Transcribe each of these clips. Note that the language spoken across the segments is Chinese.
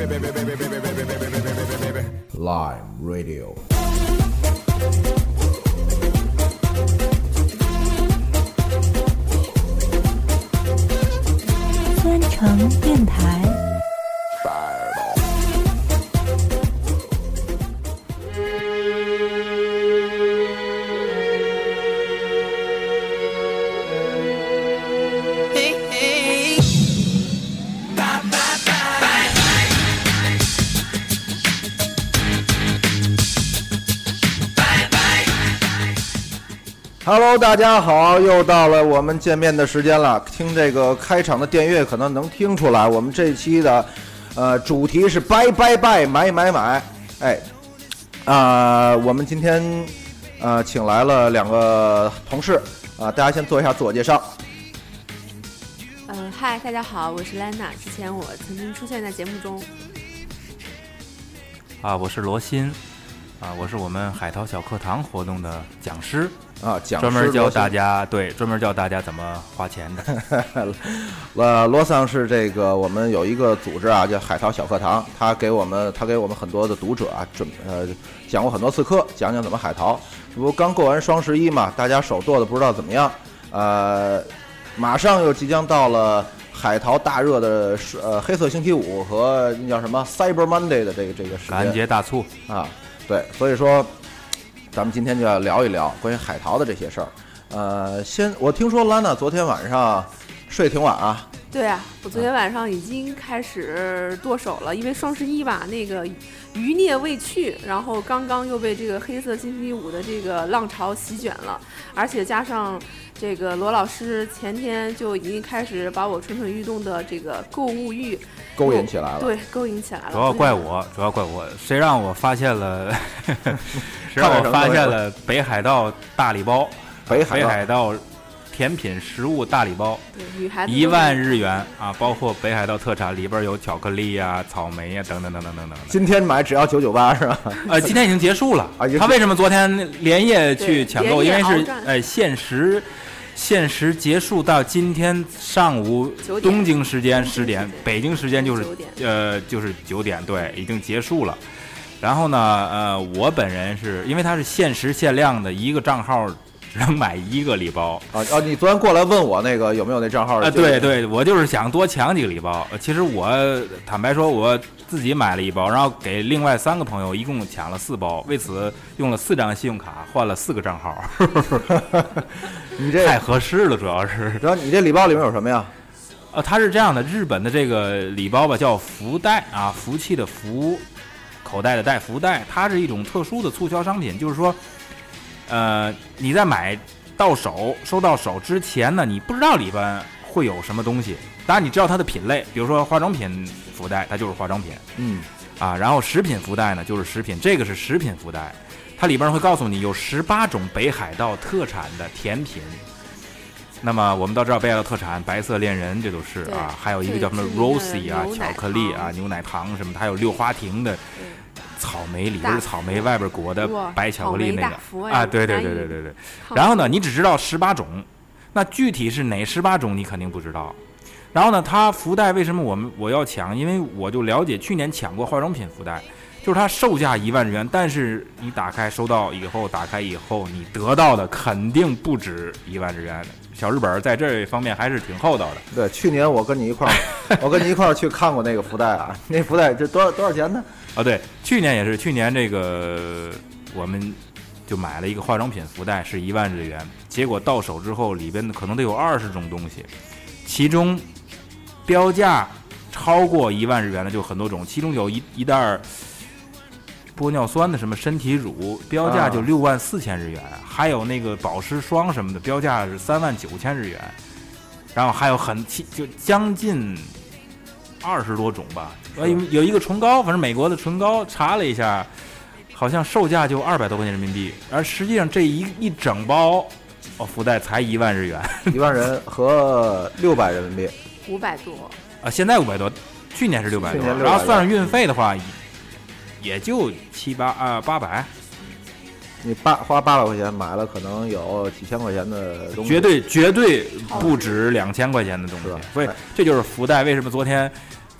Lime Radio。 酸橙电台。 Hello， 大家好，又到了我们见面的时间了。听这个开场的电乐，可能能听出来，我们这期的主题是拜拜拜买买买。我们今天请来了两个同事大家先做一下自我介绍。 嗨，大家好，我是 Lana， 之前我曾经出现在节目中。 我是罗欣，我是我们海淘小课堂活动的讲师。 讲师专门教大家，对，专门教大家怎么花钱的。 罗桑是这个我们有一个组织叫海淘小课堂，他给我们很多的读者讲过很多次课，讲讲怎么海淘。这不刚过完双11嘛，大家手剁的不知道怎么样。马上又即将到了海淘大热的黑色星期五和那叫什么 Cyber Monday 的这个时间， 感恩节大促对，所以说。咱们今天就要聊一聊关于海淘的这些事儿。我听说兰娜昨天晚上睡挺晚啊。 对啊，我昨天晚上已经开始剁手了，因为双11吧，那个余孽未去，然后刚刚又被这个黑色星期五的这个浪潮席卷了，而且加上这个罗老师前天就已经开始把我蠢蠢欲动的这个购物欲勾引起来了。 对，勾引起来了。 主要怪我，谁让我发现了谁让我发现了北海道大礼包，北海道甜品食物大礼包，1万日元包括北海道特产，里边有巧克力草莓等等等等等等。 今天买只要998是吧？ 今天已经结束了。他为什么昨天连夜去抢购？因为是限时结束到今天上午东京时间10点，北京时间就是9点，对，已经结束了。然后呢，我本人是因为它是限时限量的，一个账号只能买一个礼包。 你昨天过来问我那个有没有那账号？ 对，我就是想多抢几个礼包。其实我坦白说，我自己买了1包，然后给另外3个朋友一共抢了4包，为此用了4张信用卡换了4个账号。 你这太合适了，主要是。 然后你这礼包里面有什么呀？ 它是这样的，日本的这个礼包吧，叫福袋福气的福，口袋的袋，福袋，它是一种特殊的促销商品，就是说，你在收到手之前呢，你不知道里边会有什么东西。当然你知道它的品类，比如说化妆品福袋，它就是化妆品，然后食品福袋呢就是食品，这个是食品福袋，它里边会告诉你有18种北海道特产的甜品。那么我们都知道北海道特产白色恋人，这都是还有一个叫什么 Rosie 巧克力牛奶糖什么的，还有六花亭的草莓，里边是草莓，外边裹的白巧克力那个对。然后呢，你只知道18种，那具体是哪18种你肯定不知道。然后呢，它福袋为什么我要抢？因为我就了解去年抢过化妆品福袋，就是它售价1万日元，但是你打开以后，你得到的肯定不止1万日元。小日本在这方面还是挺厚道的。 对，去年我跟你一块儿去看过那个福袋那福袋这多少钱呢？ 对，去年也是，去年这个我们就买了一个化妆品福袋，是1万日元，结果到手之后里边可能得有20种东西，其中标价超过1万日元的就很多种，其中有一袋玻尿酸的什么身体乳，标价就6万4千日元，还有那个保湿霜什么的，标价是3万9千日元，然后还有就将近20多种吧。有一个唇膏，反正美国的唇膏，查了一下，好像售价就200多块钱人民币，而实际上这一整包福袋才1万日元 ，1万人和600人民币 ，500多现在500多，去年是600多，然后算上运费的话，也就800。 你花800块钱买了可能有几千块钱的东西， 绝对不止2000块钱的东西。所以这就是福袋为什么昨天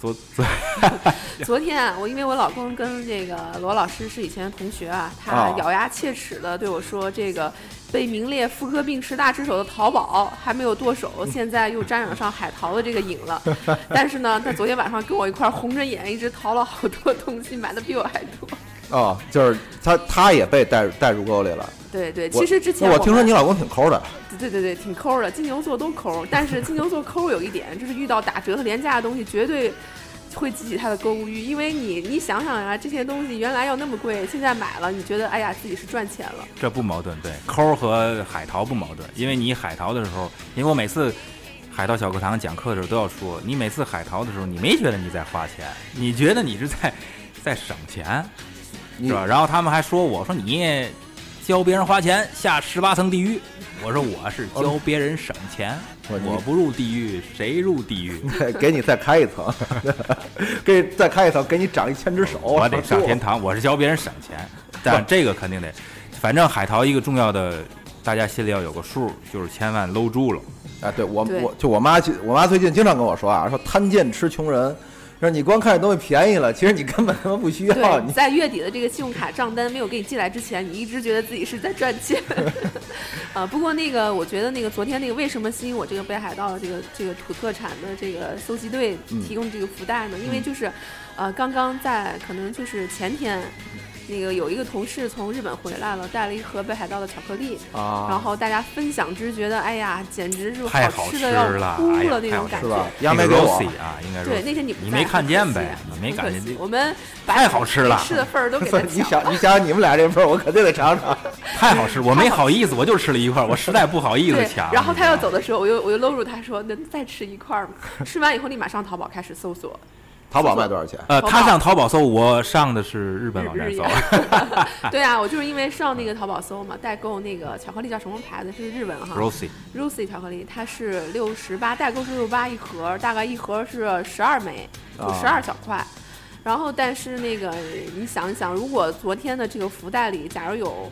昨天我因为我老公跟这个罗老师是以前的同学啊，他咬牙切齿的对我说，这个被名列妇科病10大之首的淘宝还没有剁手，现在又沾染上海淘的这个瘾了。但是呢，他昨天晚上跟我一块红着眼，一直淘了好多东西，买的比我还多。 哦，就是他也被带入沟里了。 对对，其实之前我听说你老公挺抠的。 对，挺抠的。金牛座都抠，但是金牛座抠有一点，就是遇到打折和廉价的东西，绝对会激起他的购物欲。因为你想想啊，这些东西原来要那么贵，现在买了，你觉得哎呀自己是赚钱了。 这不矛盾，对，抠和海淘不矛盾。因为你海淘的时候，因为我每次海淘小课堂讲课的时候都要说，你每次海淘的时候，你没觉得你在花钱，你觉得你是在省钱，是吧？然后他们还说我说你教别人花钱下18层地狱，我说我是教别人省钱，我不入地狱谁入地狱？ 给你再开一层，给再开一层，给你长1000只手， 我得上天堂。我是教别人省钱，但这个肯定得，反正海淘一个重要的，大家心里要有个数，就是千万搂住了。 啊，对我妈最近经常跟我说啊，说贪贱吃穷人。说你光看这东西便宜了，其实你根本他妈不需要。 对，你在月底的这个信用卡账单没有给你寄来之前，你一直觉得自己是在赚钱。不过那个我觉得那个昨天那个为什么吸引我这个北海道的这个土特产的这个搜集队提供这个福袋呢？因为就是刚刚在可能就是前天。那个有一个同事从日本回来了，带了一盒北海道的巧克力，然后大家分享之觉得，哎呀，简直是好吃的要哭了那种感觉。 杨梅给我啊，应该对那天你没看见呗，你没感觉。 我们太好吃了， 吃的份儿都给他你想你们俩这份儿，我肯定得尝尝。 太好吃，我没好意思，我就吃了一块，我实在不好意思抢。 然后他要走的时候，我又搂住他说：“能再吃一块吗？”吃完以后立马上淘宝开始搜索。 淘宝卖多少钱？ 他上淘宝搜，我上的是日本网站搜。 对啊，我就是因为上那个淘宝搜嘛，代购那个巧克力叫什么牌子？是日本哈 Rosie 巧克力，它是68，代购是68一盒，大概一盒是12枚，就12小块。然后，但是那个你想一想，如果昨天的这个福袋里，假如有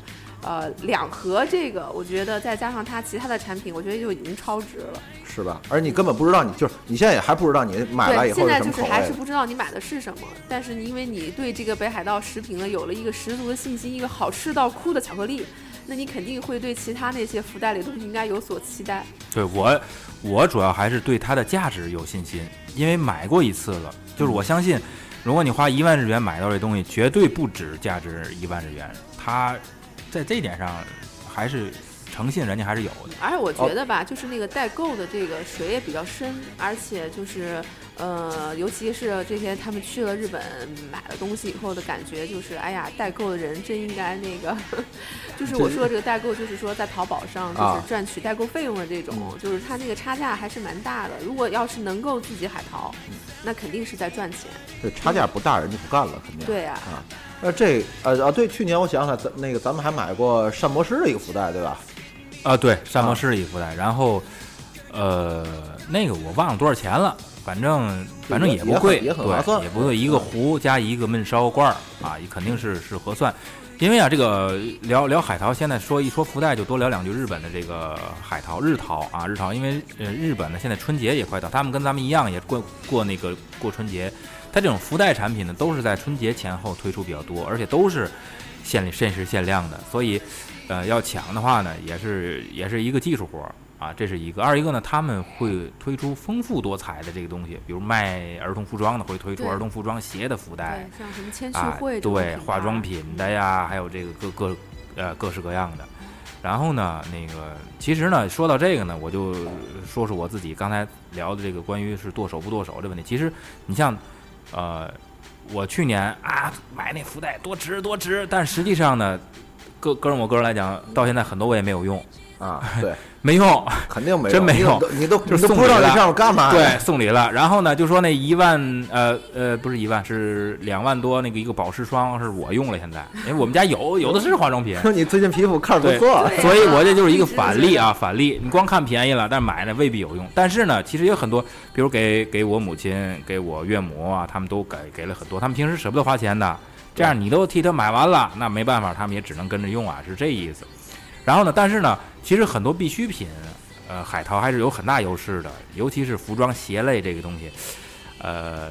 2盒这个，我觉得再加上它其他的产品，我觉得就已经超值了。 是吧？而你根本不知道你现在也还不知道你买来以后是什么口味。 现在就是还是不知道你买的是什么，但是因为你对这个北海道食品呢有了一个十足的信心，一个好吃到哭的巧克力，那你肯定会对其他那些福袋里都应该有所期待。 对我主要还是对它的价值有信心，因为买过一次了，就是我相信，如果你花1万日元买到这东西，绝对不止价值1万日元，它在这一点上还是。诚信人家还是有的， 而且我觉得吧，就是那个代购的这个水也比较深，而且就是尤其是这些他们去了日本买了东西以后的感觉，就是哎呀，代购的人真应该那个，就是我说这个代购，就是说在淘宝上就是赚取代购费用的这种，就是他那个差价还是蛮大的。如果要是能够自己海淘，那肯定是在赚钱。 对，差价不大，人家不干了，肯定。 对呀。 这对，去年我想想，咱们还买过膳魔师的一个福袋，对吧？ 对，膳魔师一福袋，然后那个我忘了多少钱了，反正也不贵， 也很划算， 也不贵，一个壶加一个焖烧罐啊，肯定是合算。因为啊，这个聊海淘，现在一说福袋就多聊2句日本的这个海淘日淘，因为日本呢现在春节也快到，他们跟咱们一样也过春节，它这种福袋产品呢都是在春节前后推出比较多，而且都是限时限量的，所以。要抢的话呢，也是一个技术活啊，这是一个。二一个呢，他们会推出丰富多彩的这个东西，比如卖儿童服装的会推出儿童服装鞋的福袋， 像什么千趣会对，化妆品的呀，还有这个各式各样的。然后呢，那个其实呢，说到这个呢，我就说我自己刚才聊的这个关于是剁手不剁手这问题。其实你像我去年买那福袋多值，但实际上呢。个人来讲，到现在很多我也没有用对， 没用， 肯定没用， 真没用， 你都不知道你上面干嘛？ 对，送礼了。然后呢，就说那1万，不是1万，是2万多那个一个保湿霜是我用了，现在，因为我们家有的是化妆品。 说你最近皮肤看着不错， 所以我这就是一个反例啊，反例。你光看便宜了，但买呢未必有用。但是呢，其实有很多，比如给我母亲、给我岳母啊，他们都给了很多，他们平时舍不得花钱的。这样你都替他买完了，那没办法，他们也只能跟着用啊，是这意思。然后呢，但是呢，其实很多必需品，海淘还是有很大优势的，尤其是服装鞋类这个东西，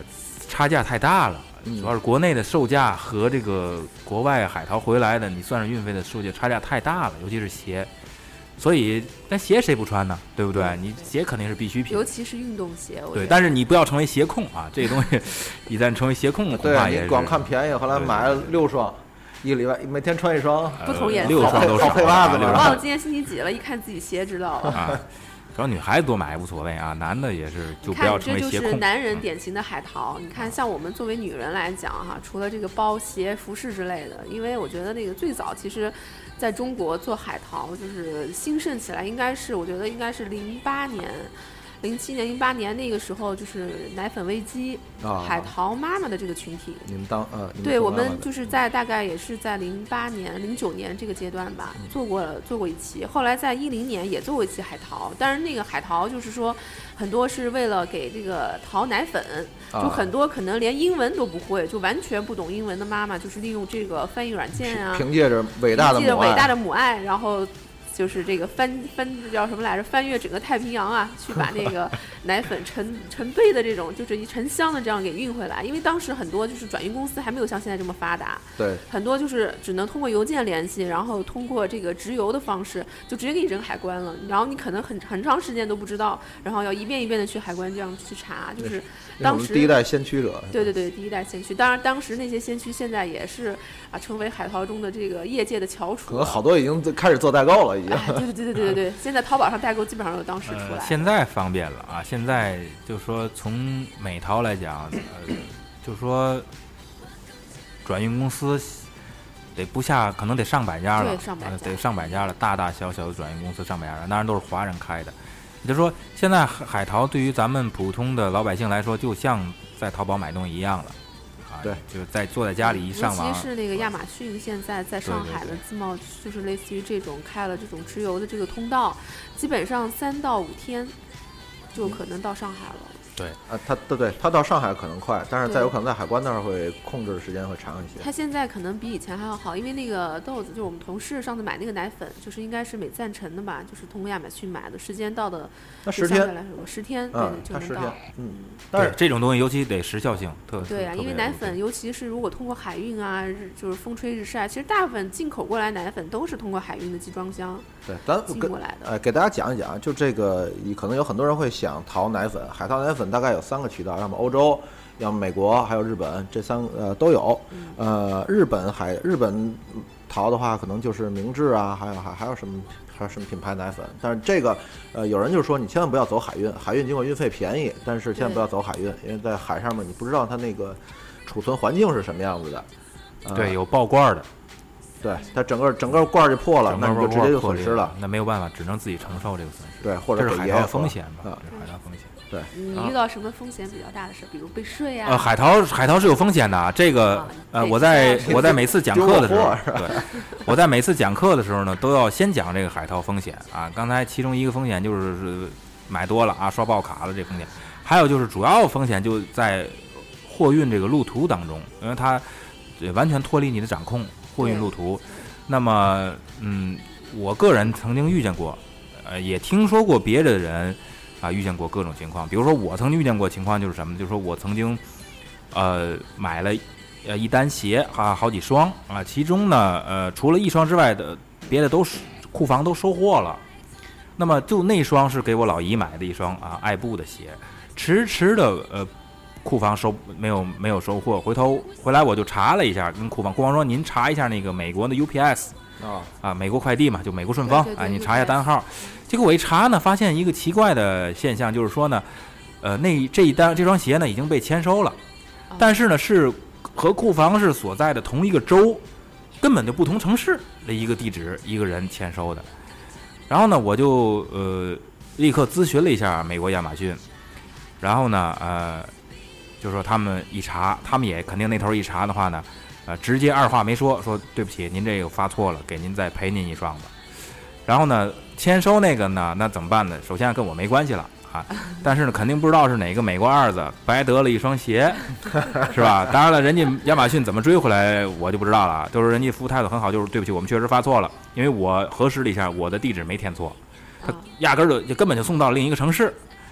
差价太大了。 嗯主要是国内的售价和这个国外海淘回来的，你算上运费的售价差价太大了，尤其是鞋。所以，但鞋谁不穿呢？对不对？你鞋肯定是必需品， 尤其是运动鞋。 对，但是你不要成为鞋控啊！这个东西一旦成为鞋控，恐怕也是你光看便宜，后来买了6双，一个礼拜每天穿1双， 不同颜色 6双都好配袜子我 6 忘双了今天星期几了，一看自己鞋知道了。 啊。主要女孩子多买无所谓啊，男的也是就不要成为这就鞋控。 是男人典型的海淘。你看，像我们作为女人来讲哈，除了这个包、鞋、服饰之类的，因为我觉得那个最早其实在中国做海淘就是兴盛起来，我觉得应该是08年。07年、08年那个时候，就是奶粉危机，海淘妈妈的这个群体。 你们对，我们就是大概也是在08年、09年这个阶段吧，做过一期。后来在10年也做过一期海淘，但是那个海淘就是说，很多是为了给这个淘奶粉，就很多可能连英文都不会，就完全不懂英文的妈妈，就是利用这个翻译软件啊， 凭借着伟大的母爱，然后。就是这个翻叫什么来着？翻越整个太平洋啊，去把那个奶粉成堆的这种，就是一成箱的这样给运回来。因为当时很多就是转运公司还没有像现在这么发达， 对， 很多就是只能通过邮件联系，然后通过这个直邮的方式，就直接给你扔海关了。然后你可能很长时间都不知道，然后要一遍一遍的去海关这样去查，就是当时第一代先驱者。 对，第一代先驱。当然，当时那些先驱现在也是成为海淘中的这个业界的翘楚。 可能好多已经开始做代购了，已经。 对，现在淘宝上代购基本上有当时出来。 现在方便了啊！现在就是说从美淘来讲，就是说转运公司可能得上百家了，得上百家了，大大小小的转运公司上百家了，当然都是华人开的。也就是说，现在海淘对于咱们普通的老百姓来说，就像在淘宝买东西一样了。 对， 就是坐在家里一上网， 尤其是那个亚马逊现在在上海的自贸，就是类似于这种开了这种直邮的这个通道，基本上3到5天就可能到上海了。 对他到上海可能快，但是再有可能在海关那儿会控制的时间会长一些。 他现在可能比以前还要好，因为那个豆子就是我们同事上次买那个奶粉，就是应该是美赞臣的吧，就是通过亚马逊买的，时间到的那10天来说10天对就能到。 但是这种东西尤其得时效性对啊，因为奶粉尤其是如果通过海运啊，就是风吹日晒，其实大部分进口过来奶粉都是通过海运的集装箱进过来的。 给大家讲一讲，就这个可能有很多人会想淘奶粉，海淘奶粉大概有3个渠道，要么欧洲，要么美国，还有日本，这都有。日本淘的话，可能就是明治啊，还有什么品牌奶粉。但是这个有人就说你千万不要走海运，海运尽管运费便宜，但是千万不要走海运，因为在海上面你不知道它那个储存环境是什么样子的。 对，有爆罐的。 对，它整个罐就破了，那你就直接就损失了。 那没有办法，只能自己承受这个损失。 对，或者这是海淘风险吧？这是海淘风险。 对， 你遇到什么风险比较大的事，比如被税啊？ 海淘是有风险的。这个我在每次讲课的时候，对，我在每次讲课的时候呢，都要先讲这个海淘风险啊。刚才其中一个风险就是买多了啊，刷爆卡了这风险，还有就是主要风险就在货运这个路途当中，因为它完全脱离你的掌控，货运路途。那么我个人曾经遇见过，也听说过别的人遇见过各种情况。比如说我曾经遇见过情况就是什么，就是说我曾经买了一单鞋好几双啊，其中呢除了1双之外的别的都是库房都收货了。那么就那双是给我老姨买的一双爱布的鞋，迟的库房没有收货，回来我就查了一下，跟库房说您查一下那个美国的 UPS 美国快递嘛，就美国顺丰你查一下单号。结果我一查呢，发现一个奇怪的现象，就是说呢，这双鞋呢已经被签收了，但是呢是和库房是所在的同一个州，根本就不同城市的一个地址一个人签收的。然后呢，我就立刻咨询了一下美国亚马逊，然后呢就说他们一查，他们也肯定那头一查的话呢，直接二话没说对不起，您这个发错了，给您再赔您一双吧。然后呢，签收那个呢，那怎么办呢？首先跟我没关系了但是呢，肯定不知道是哪个美国二子白得了一双鞋，是吧？当然了，人家亚马逊怎么追回来我就不知道了，就是人家服务态度很好，就是对不起，我们确实发错了，因为我核实了一下，我的地址没填错，他压根儿就根本就送到另一个城市，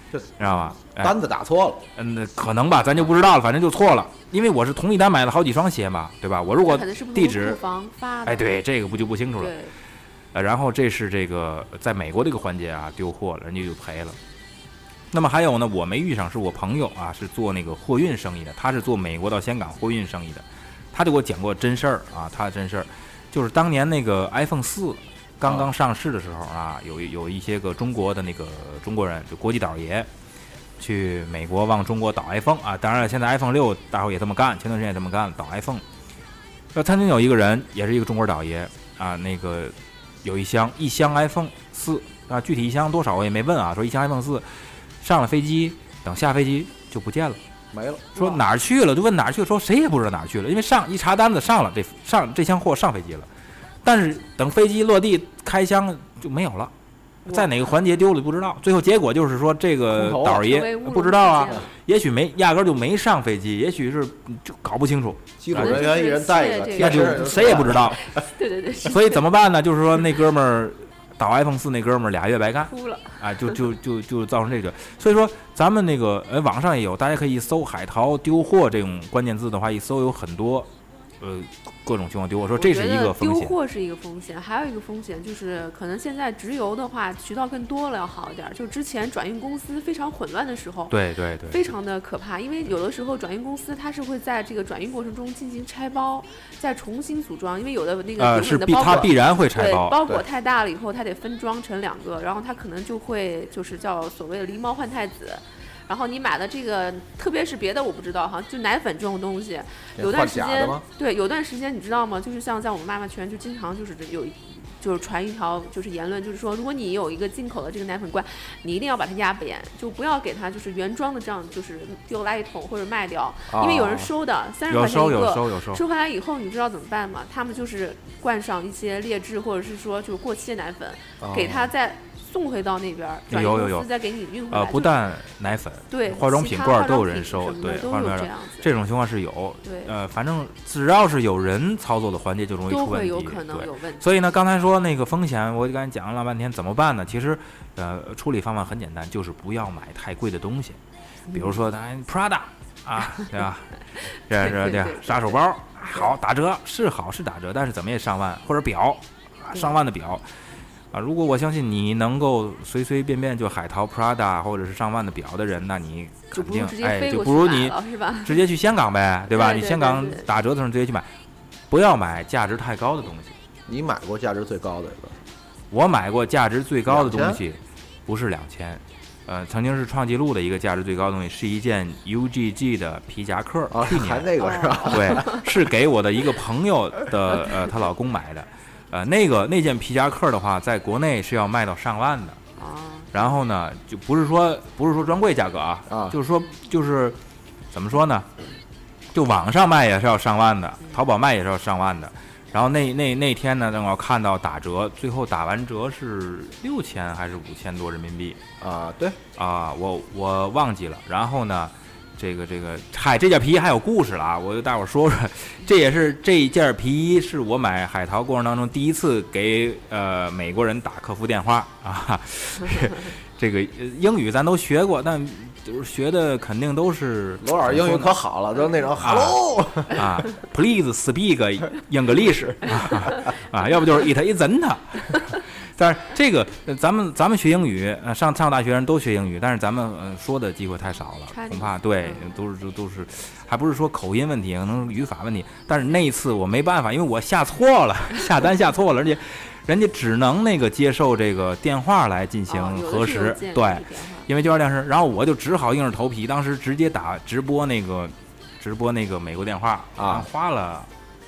这知道吧？ 单子打错了， 可能吧，咱就不知道了，反正就错了，因为我是同一单买了好几双鞋嘛，对吧？我如果地址发的， 对，这个就不清楚了。然后这是这个在美国这个环节啊，丢货了，人家就赔了。那么还有呢，我没遇上，是我朋友啊，是做那个货运生意的，他是做美国到香港货运生意的，他就给我讲过真事儿啊，他的真事儿就是当年那个 iPhone 4刚刚上市的时候啊，有一些个中国的那个中国人，就国际倒爷，去美国往中国倒 iPhone 啊。当然了，现在 iPhone 6大伙也这么干，前段时间也这么干，倒 iPhone。曾经有一个人，也是一个中国倒爷啊，那个有一箱 iPhone 4啊，具体一箱多少我也没问啊，说一箱 iPhone 4上了飞机，等下飞机就不见了。 没了， 说哪儿去了？就问哪儿去了，说谁也不知道哪儿去了，因为一查单子上了，这箱货上飞机了，但是等飞机落地开箱就没有了，在哪个环节丢了不知道。最后结果就是说这个倒爷不知道啊，也许压根就没上飞机，也许是就搞不清楚。 机组人员一人带一个， 那就谁也不知道。 对。 所以怎么办呢？就是说那哥们儿。倒 iPhone 4那哥们儿2月白干， 哭了啊，就造成这个，所以说咱们那个网上也有，大家可以搜海淘丢货这种关键字的话，一搜有很多各种情况丢货，说这是一个风险。 丢货是一个风险，还有一个风险就是可能现在直邮的话渠道更多了要好一点，就之前转运公司非常混乱的时候， 对， 非常的可怕，因为有的时候转运公司它是会在这个转运过程中进行拆包，再重新组装，因为有的那个是它必然会拆包， 包裹太大了以后它得分装成2个，然后它可能就会就是叫所谓的狸猫换太子。然后你买的这个，特别是别的我不知道哈，就奶粉这种东西，有段时间对，有段时间你知道吗？就是像在我们妈妈圈，就经常就是传一条就是言论，就是说如果你有一个进口的这个奶粉罐，你一定要把它压扁，就不要给它就是原装的这样就是丢垃圾桶或者卖掉，因为有人收的30块钱一个，收回来以后你知道怎么办吗？他们就是灌上一些劣质或者是说就是过期的奶粉，给它再送回到那边，转运公司再给你运回来。 不但奶粉， 对， 化妆品罐都有人收，对， 都有这样子。 这种情况是有， 对， 反正只要是有人操作的环节，就容易出问题， 都会有可能有问题。 所以呢，刚才说那个风险，我刚才讲了半天，怎么办呢？其实，处理方法很简单，就是不要买太贵的东西，比如说Prada 啊，对吧？这杀手包好打折是好是打折，但是怎么也上万，或者表上万的表。啊，如果我相信你能够随随便便就海淘 Prada 或者是上万的表的人，那你肯定就不如你直接去香港呗，对吧？你香港打折的时候直接去买，不要买价值太高的东西。 你买过价值最高的一个？ 我买过价值最高的东西，不是2000，曾经是创纪录的一个价值最高的东西，是一件 UGG 的皮夹克， 还那个是吧？ 对，是给我的一个朋友的她老公买的。那件皮夹克的话，在国内是要卖到上万的然后呢，就不是说专柜价格啊，就是怎么说呢？就网上卖也是要上万的，淘宝卖也是要上万的。然后那天呢，正好看到打折，最后打完折是6000还是5000多人民币啊？对啊，我忘记了。然后呢？这件皮衣还有故事了啊！我就大伙说，这件皮衣是我买海淘过程当中第一次给美国人打客服电话啊。这个英语咱都学过，但就是学的肯定都是罗尔英语可好了，都那种 Hello 啊 ，Please speak English 啊，要不就是 It isn't。但是这个咱们学英语，上大学人都学英语，但是咱们说的机会太少了，恐怕对都是，还不是说口音问题，可能语法问题。但是那一次我没办法，因为我下错了，下单下错了，而且人家只能那个接受这个电话来进行核实，对，因为电视，然后我就只好硬着头皮，当时直接打直播那个美国电话啊，花了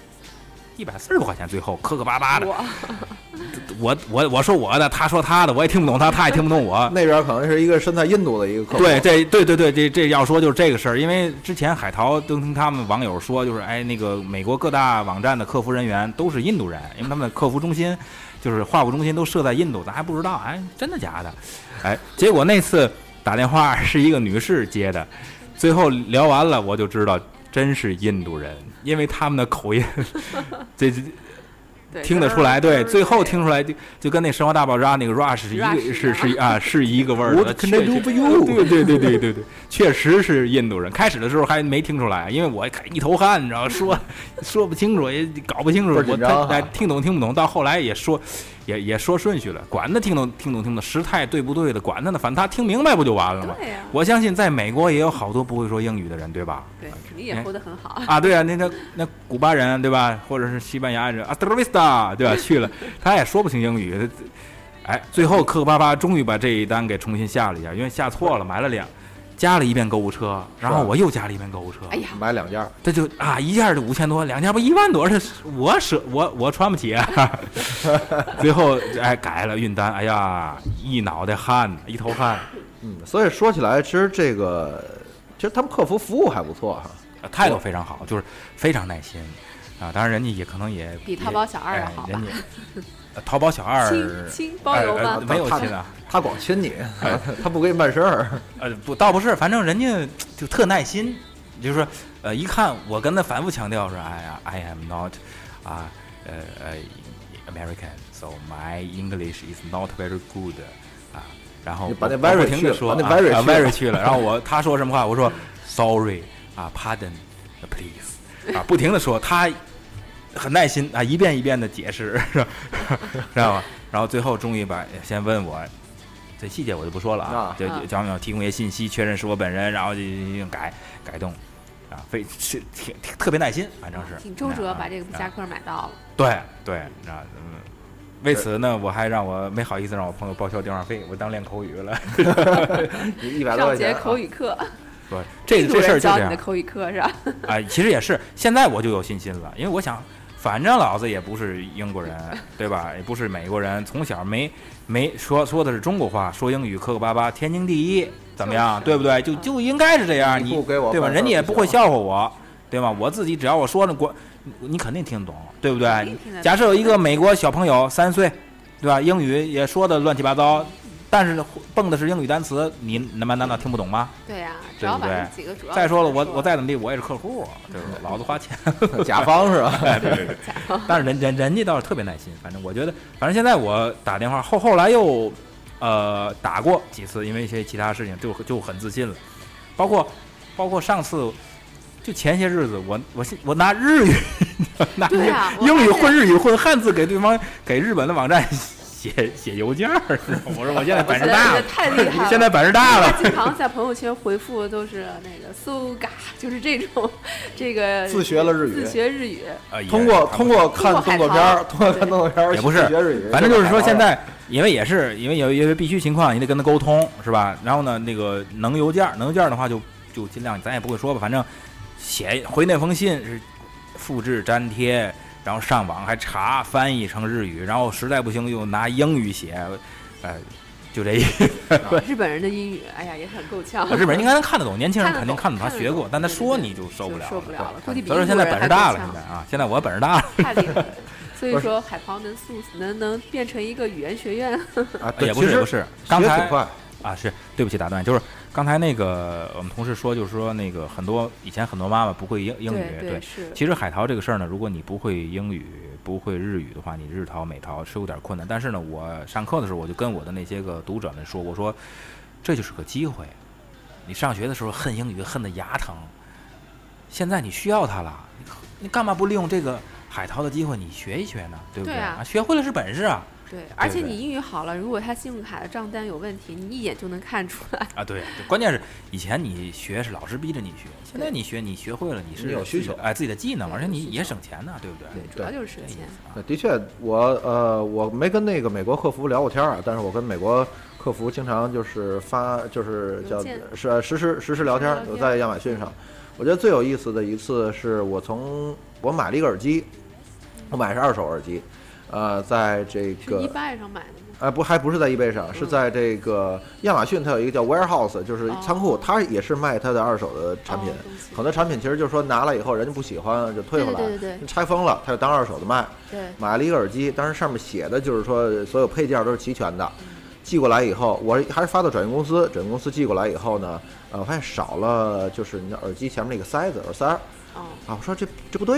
140多块钱，最后磕巴巴的。我说我的，他说他的，我也听不懂他也听不懂我。 那边可能是一个身在印度的一个客户。 对，这要说就是这个事儿，因为之前海淘都听他们网友说，就是那个美国各大网站的客服人员都是印度人，因为他们的客服中心就是话务中心都设在印度，咱还不知道，真的假的？结果那次打电话是一个女士接的，最后聊完了我就知道真是印度人，因为他们的口音， 听得出来，对，最后听出来就跟那《生活大爆炸》那个 Rush 是一个味儿的，对，确实是印度人。开始的时候还没听出来，因为我一头汗，你知道，说不清楚，也搞不清楚，我听懂听不懂，到后来也说顺序了，管他听懂，时态对不对的，管他呢，反正他听明白不就完了吗？ 对呀。 我相信在美国也有好多不会说英语的人，对吧？ 对，肯定也活得很好啊。对啊，那古巴人对吧，或者是西班牙人阿斯特维斯塔对吧？去了他也说不清英语，哎，最后磕磕巴巴终于把这一单给重新下了一下，因为下错了，买了加了一遍购物车，然后我又加了一遍购物车， 哎呀， 买2件， 这就一件就5000多，2件不1万多，这我穿不起啊。最后改了运单，哎呀，一脑袋汗，一头汗。 所以说起来，其实他们客服服务还不错哈， 态度非常好，就是非常耐心啊。当然人家也可能也比淘宝小二要好吧。 人家淘宝小二亲包邮吗？ 没有亲啊， 他光亲你，他不给你办事儿。 不，倒不是，反正人家就特耐心，就是说一看我跟他反复强调说，哎呀 ，I am not American, so my English is not very good 啊。然后把那 very 不停的说very 去了，然后他说什么话，我说 sorry 啊 pardon please 啊，不停的说，他很耐心啊，一遍一遍的解释，知道吗？然后最后终于先问我，这细节我就不说了啊，就讲提供一些信息，确认是我本人，然后就改动啊，挺特别耐心，反正是挺周折，把这个夹克买到了。 对，啊，为此呢，我还没好意思让我朋友报销电话费，我当练口语了 ，100多块钱。 上节口语课。 对，这事儿就这样。 教你的口语课是吧？ 其实也是，现在我就有信心了，因为我想，反正老子也不是英国人，对吧？也不是美国人，从小没说的是中国话，说英语磕磕巴巴，天经地义，怎么样？对不对？就应该是这样，你对吧？人家也不会笑话我，对吧？我自己只要我说着你肯定听得懂，对不对？假设有一个美国小朋友3岁，对吧？英语也说的乱七八糟，但是蹦的是英语单词，你难道听不懂吗？ 对呀，对不对？几个主要再说了，我再怎么地，我也是客户，对吧？老子花钱， 甲方是吧？ 对。但是人家倒是特别耐心，反正我觉得，反正现在我打电话后来又打过几次，因为一些其他事情就很自信了，包括上次。就前些日子，我拿日语，拿英语混日语混汉字给日本的网站写邮件儿，我说我现在本事大了， 太厉害了， 现在本事大了。 经常在朋友圈回复都是那个 so ga， 就是这种自学了日语， 自学日语， 通过看动作片也不是学日语， 反正就是说现在因为有一些必须情况，你得跟他沟通是吧？然后呢，那个能邮件的话就尽量，咱也不会说吧，反正。回那封信是复制粘贴，然后上网还查翻译成日语，然后实在不行又拿英语写，就这意思。 日本人的英语，哎呀也很够呛。 日本人应该能看得懂，年轻人肯定看得懂，他学过，但他说你就受不了了。估计比所以说现在本事大了，现在我本事大了， 太厉害了。所以说海淘能变成一个语言学院啊？ 也不是，刚才啊是对不起打断，就是。刚才那个我们同事说，就是说那个以前很多妈妈不会英语， 对， 其实海淘这个事儿呢，如果你不会英语、不会日语的话，你日淘、美淘是有点困难。但是呢，我上课的时候我就跟我的那些个读者们说，我说这就是个机会。你上学的时候恨英语恨得牙疼，现在你需要它了，你干嘛不利用这个海淘的机会你学一学呢？对不对？ 啊， 学会了是本事啊。 对，而且你英语好了，如果他信用卡的账单有问题，你一眼就能看出来啊。对，关键是以前你学是老师逼着你学，现在你学会了，你是有需求， 自己的技能，而且你也省钱呢，对不对？ 对，主要就是省钱。 的确，我没跟那个美国客服聊过天啊，但是我跟美国客服经常就是就是叫实时聊天，有在亚马逊上。我觉得最有意思的一次是我买了一个耳机，我买的是2手耳机。在这个 eBay 上买的吗？ 还不是在eBay上，是在这个亚马逊，它有一个叫 warehouse， 就是仓库，它也是卖它的2手的产品。很多产品其实就是说拿了以后人家不喜欢就退回来， 对， 拆封了，它就当2手的卖。 对， 买了一个耳机，当时上面写的就是说所有配件都是齐全的。寄过来以后，我还是发到转运公司，转运公司寄过来以后呢，我发现少了就是你的耳机前面那个塞子耳塞。我说这不对呀。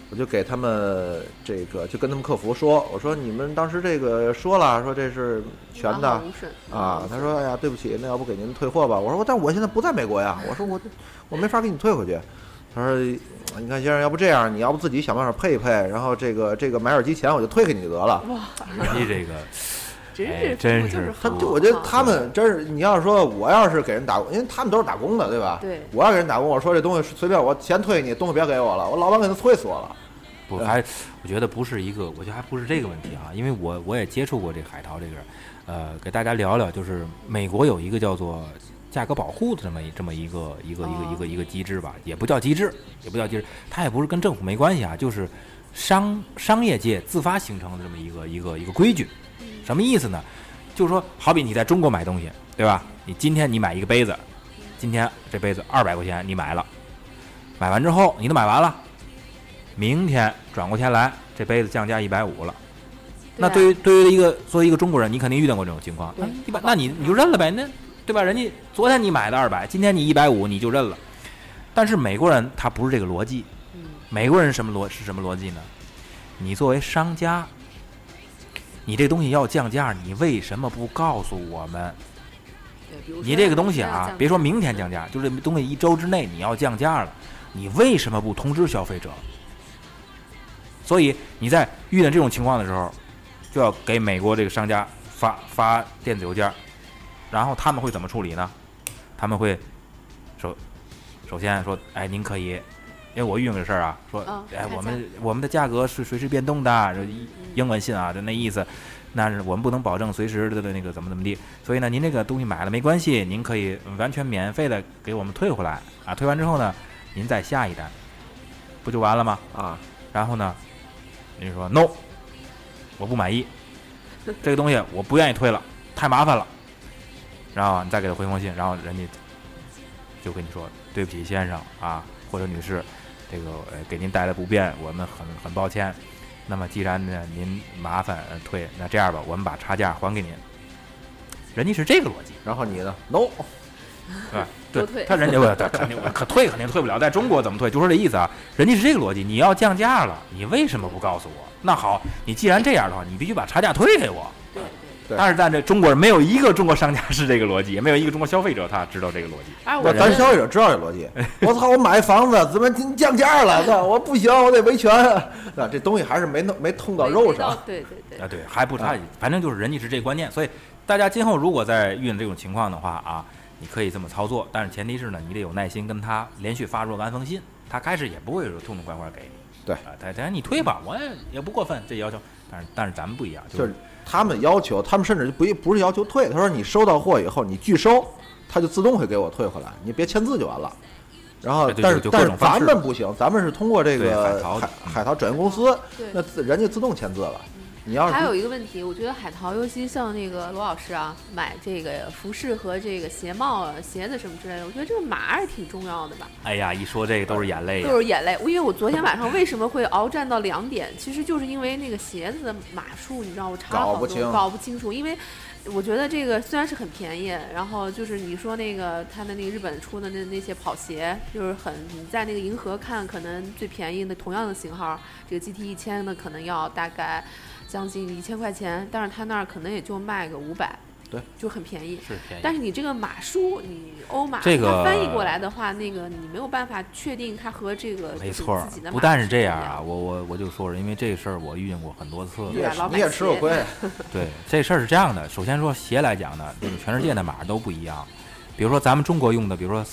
我就给他们这个就跟他们客服说，我说你们当时这个说了，说这是全的啊。他说哎呀对不起，那要不给您退货吧。我说但我现在不在美国呀，我说我没法给你退回去。他说你看先生，要不这样，你要不自己想办法配一配，然后这个买耳机钱我就退给你得了。 哇， 你这个。 真是， 我觉得他们真是，你要说我要是给人打工，因为他们都是打工的，对吧？ 对， 我要给人打工，我说这东西随便我钱退你，东西别给我了，我老板给他催死我了。 不，我觉得不是一个，我觉得还不是这个问题啊，因为我也接触过这个海淘这个，给大家聊聊，就是美国有一个叫做价格保护的这么一个机制吧，也不叫机制，它也不是跟政府没关系啊，就是商业界自发形成的这么一个规矩。什么意思呢？就是说，好比你在中国买东西，对吧？你今天你买一个杯子，今天这杯子200块钱你买了，买完之后你都买完了，明天转过天来这杯子降价150了。那对于作为一个中国人，你肯定遇到过这种情况，那你就认了呗，那对吧？人家昨天你买的200，今天你150，你就认了。但是美国人他不是这个逻辑，美国人是什么逻辑呢？你作为商家。你这东西要降价，你为什么不告诉我们？你这个东西啊，别说明天降价，就这东西1周之内你要降价了，你为什么不通知消费者？所以你在遇到这种情况的时候，就要给美国这个商家发电子邮件，然后他们会怎么处理呢？他们会首先说，哎，您可以，因为我遇到这事儿啊，说，哎，我们的价格是随时变动的，英文信啊，就那意思，那是我们不能保证随时的那个怎么地，所以呢，您这个东西买了没关系，您可以完全免费的给我们退回来啊，退完之后呢，您再下一单，不就完了吗？啊，然后呢，您说 no， 我不满意，这个东西我不愿意退了，太麻烦了，然后你再给他回封信，然后人家就跟你说，对不起先生啊或者女士。这个给您带来不便，我们很抱歉。那么既然呢您麻烦退，那这样吧，我们把差价还给您。人家是这个逻辑， 然后你呢 ？No， 对，他人家肯定退不了，在中国怎么退？就说这意思啊，人家是这个逻辑。你要降价了，你为什么不告诉我？那好，你既然这样的话，你必须把差价退给我。 对， 但是在这中国人没有一个中国商家是这个逻辑，也没有一个中国消费者他知道这个逻辑。 咱消费者知道这逻辑。我操，我买房子怎么降价了？那我不行，我得维权。那这东西还是没痛到肉上。 对还不差，反正就是人家是这观念。所以大家今后如果在遇到这种情况的话啊，你可以这么操作，但是前提是呢，你得有耐心跟他连续发若干封信，他开始也不会说痛痛快快给你。 对， 你退吧，我也不过分这要求，但是咱们不一样， 就是他们要求，他们甚至不是要求退，他说你收到货以后你拒收，他就自动会给我退回来，你别签字就完了。然后，但是咱们不行，咱们是通过这个海淘转运公司，那人家自动签字了。你要是还有一个问题，我觉得海淘，尤其像那个罗老师啊，买这个服饰和这个鞋帽、鞋子什么之类的，我觉得这个码还是挺重要的吧。 哎呀，一说这个都是眼泪， 都是眼泪。因为我昨天晚上为什么会鏖战到2点，其实就是因为那个鞋子的码数，你知道我查了好多，搞不清楚，因为。我觉得这个虽然是很便宜，然后就是你说那个他的那个日本出的那些跑鞋，就是你在那个银河看，可能最便宜的同样的型号，这个 GT1000呢可能要大概将近1000块钱，但是他那儿可能也就卖个500。 对， 就很便宜， 是便宜。 但是你这个码数，你欧码， 这个它翻译过来的话，那个你没有办法确定它和这个没错。 自己的不但是这样啊，我就说是因为这个事儿我遇见过很多次， 你也吃过亏。 对，这事儿是这样的。首先说鞋来讲呢，这个全世界的码都不一样。比如说咱们中国用的，比如说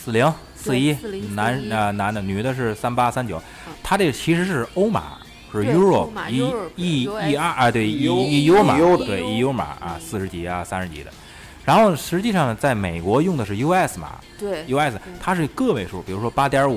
40、41，男的，女的是38、39，它这其实是欧码。是 Euro ER 啊，对 EU 码，对 EU 码啊，40几啊，30几的。然后实际上呢，在美国用的是 US 码， 对 US 它是个位数，比如说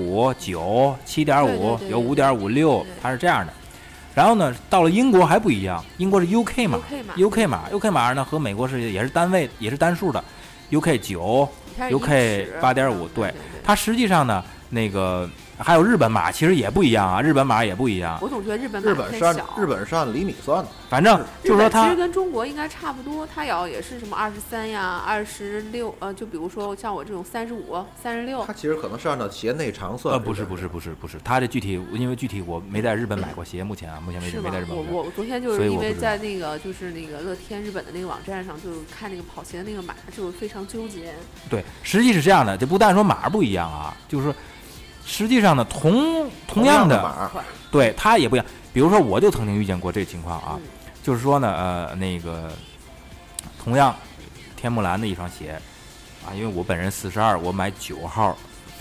8.5、9、7.5，有5.56，它是这样的。然后呢，到了英国还不一样，英国是 UK 码，UK 码呢和美国也是单位，也是单数的，UK 9，UK 8.5，对，它实际上呢那个还有日本码其实也不一样啊，日本码也不一样。 我总觉得日本日本码偏小。 日本是按厘米算的， 反正就是说它其实跟中国应该差不多，它也是什么23呀、26，就比如说像我这种35、36。 它其实可能是按照鞋内长算。 不是，它这具体因为具体我没在日本买过鞋，目前为止没在日本买。 我昨天就是因为在那个就是那个乐天日本的那个网站上，就看那个跑鞋的那个码，就非常纠结。 对，实际是这样的，这不但说码不一样啊，就是说实际上呢，同样的码， 对它也不一样。比如说，我就曾经遇见过这情况啊，就是说呢，那个同样天目蓝的一双鞋啊，因为我本人42，我买9号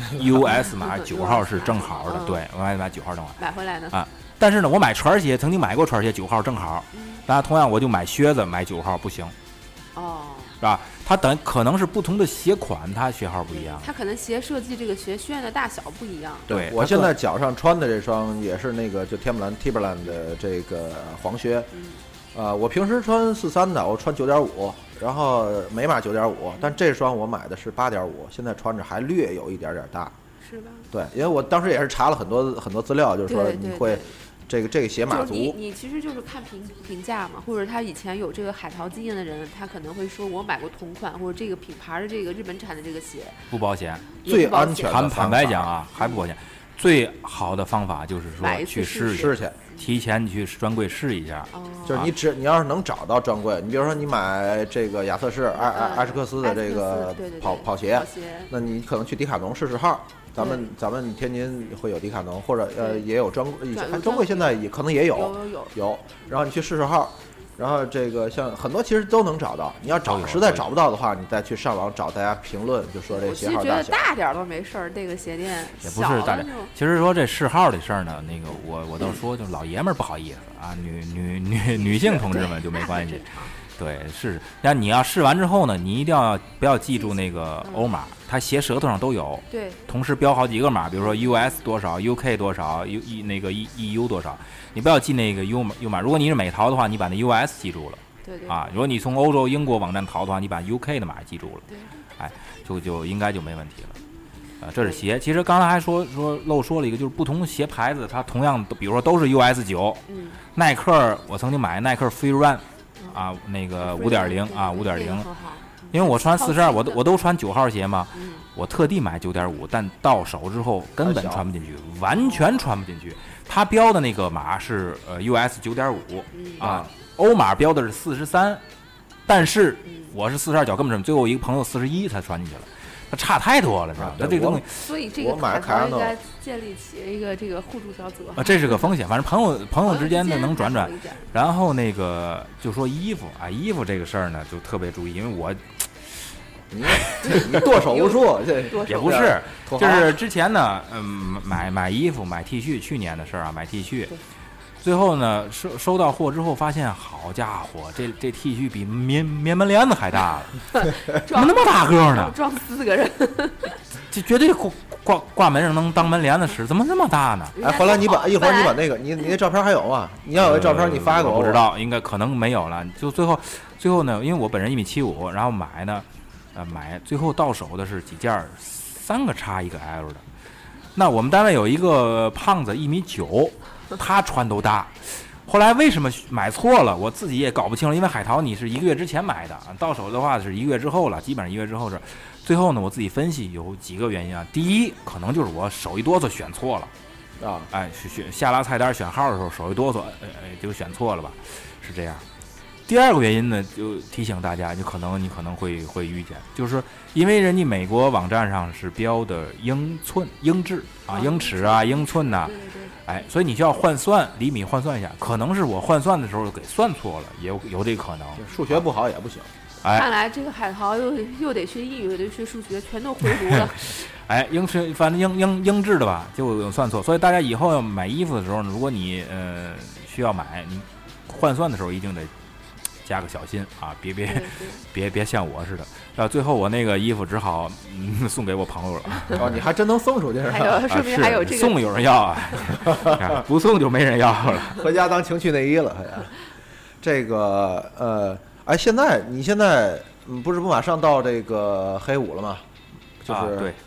US 码9号是正好的，对，我买9号正好。 买回来的啊，但是呢，我买船鞋曾经买过船鞋9号正好，当然同样我就买靴子买9号不行。 哦。 是吧？它可能是不同的鞋款，它鞋号不一样。 它可能鞋设计这个靴楦的大小不一样。 对， 我现在脚上穿的这双也是那个就天目蓝 Timberland 的这个黄靴，我平时穿43的，我穿9.5，然后美码9.5，但这双我买的是8.5，现在穿着还略有一点点大。 是吧？ 对，因为我当时也是查了很多资料，就是说你会。这个鞋码足， 你其实就是看评价嘛，或者他以前有这个海淘经验的人，他可能会说我买过同款或者这个品牌的这个日本产的这个鞋不保险， 最安全的坦白讲啊，还不保险。最好的方法就是说去试去， 提前去专柜试一下。 就是你要是能找到专柜，你比如说你买这个亚瑟士艾什克斯的这个跑鞋，那你可能去迪卡侬试试号。咱们天津会有迪卡侬，或者也有专柜，现在也可能也有，然后你去试试号，然后这个像很多其实都能找到。你要实在找不到的话，你再去上网找大家评论，就说这鞋号大小。 我觉得大点都没事儿，这个鞋店也不是大点。其实说这试号的事儿呢，那个我倒说，就老爷们儿不好意思啊，女性同志们就没关系。对，是。但你要试完之后呢，你一定不要记住那个欧码，它鞋舌头上都有。 对。 同时标好几个码，比如说 US 多少 ，UK 多少那个 EU 多少，你不要记那个 U 码。如果你是美淘的话，你把那 US 记住了。 对。 啊，如果你从欧洲、英国网站淘的话，你把 UK 的码记住了。 对。 哎，就应该就没问题了。这是鞋。其实刚才还说了一个，就是不同鞋牌子，它同样比如说都是 US 9，耐克我曾经买耐克 Free Run。啊，那个5.0啊，5.0，因为我穿42，我都穿9号鞋嘛，我特地买9.5，但到手之后根本穿不进去，完全穿不进去。它标的那个码是US 9.5啊，欧码标的是43，但是我是42脚根本最后一个朋友41才穿进去了。它差太多了，是吧？它这个东西， 所以这个海淘应该建立起一个这个互助小组啊，这是个风险。反正朋友之间的能转转。然后那个就说衣服啊，衣服这个事儿呢就特别注意，因为我你剁手无数，这也不是，就是之前呢，买衣服买 T 恤，去年的事儿啊，买 T 恤。最后呢，收到货之后发现，好家伙，这 T 恤比棉门帘子还大了，怎么那么大个呢？ 装4个人， 这绝对挂门上能当门帘子使，怎么那么大呢？ 哎，后来一会儿你把那个你那照片还有吗？你要有照片你发给我。 不知道，应该可能没有了。就最后呢，因为我本人1.75米，然后买呢，买最后到手的是几件3个 X 1个 L 的。那我们单位有一个胖子1.9米。他穿都大，后来为什么买错了？我自己也搞不清楚，因为海淘你是1个月之前买的，到手的话是1个月之后了，基本上1个月之后是。最后呢，我自己分析有几个原因啊。第一，可能就是我手一哆嗦选错了啊，哎，下拉菜单选号的时候手一哆嗦，就选错了吧，是这样。第二个原因呢，就提醒大家，你可能会遇见，就是因为人家美国网站上是标的英寸、英制啊、英尺啊、英寸呐。哎，所以你需要换算厘米，换算一下，可能是我换算的时候给算错了，也有这个可能。 数学不好也不行。 哎，看来这个海淘又得学英语，又得学数学，全都回炉了。 哎，反正英制的吧，就有算错。所以大家以后要买衣服的时候呢，如果你需要买，你换算的时候一定得加个小心啊，别像我似的。最后我那个衣服只好送给我朋友了。 哦，你还真能送出去是吧？ 说明还有这个送有人要啊，不送就没人要了， 回家当情趣内衣了。这个你现在不是马上到这个黑五了吗？就是对，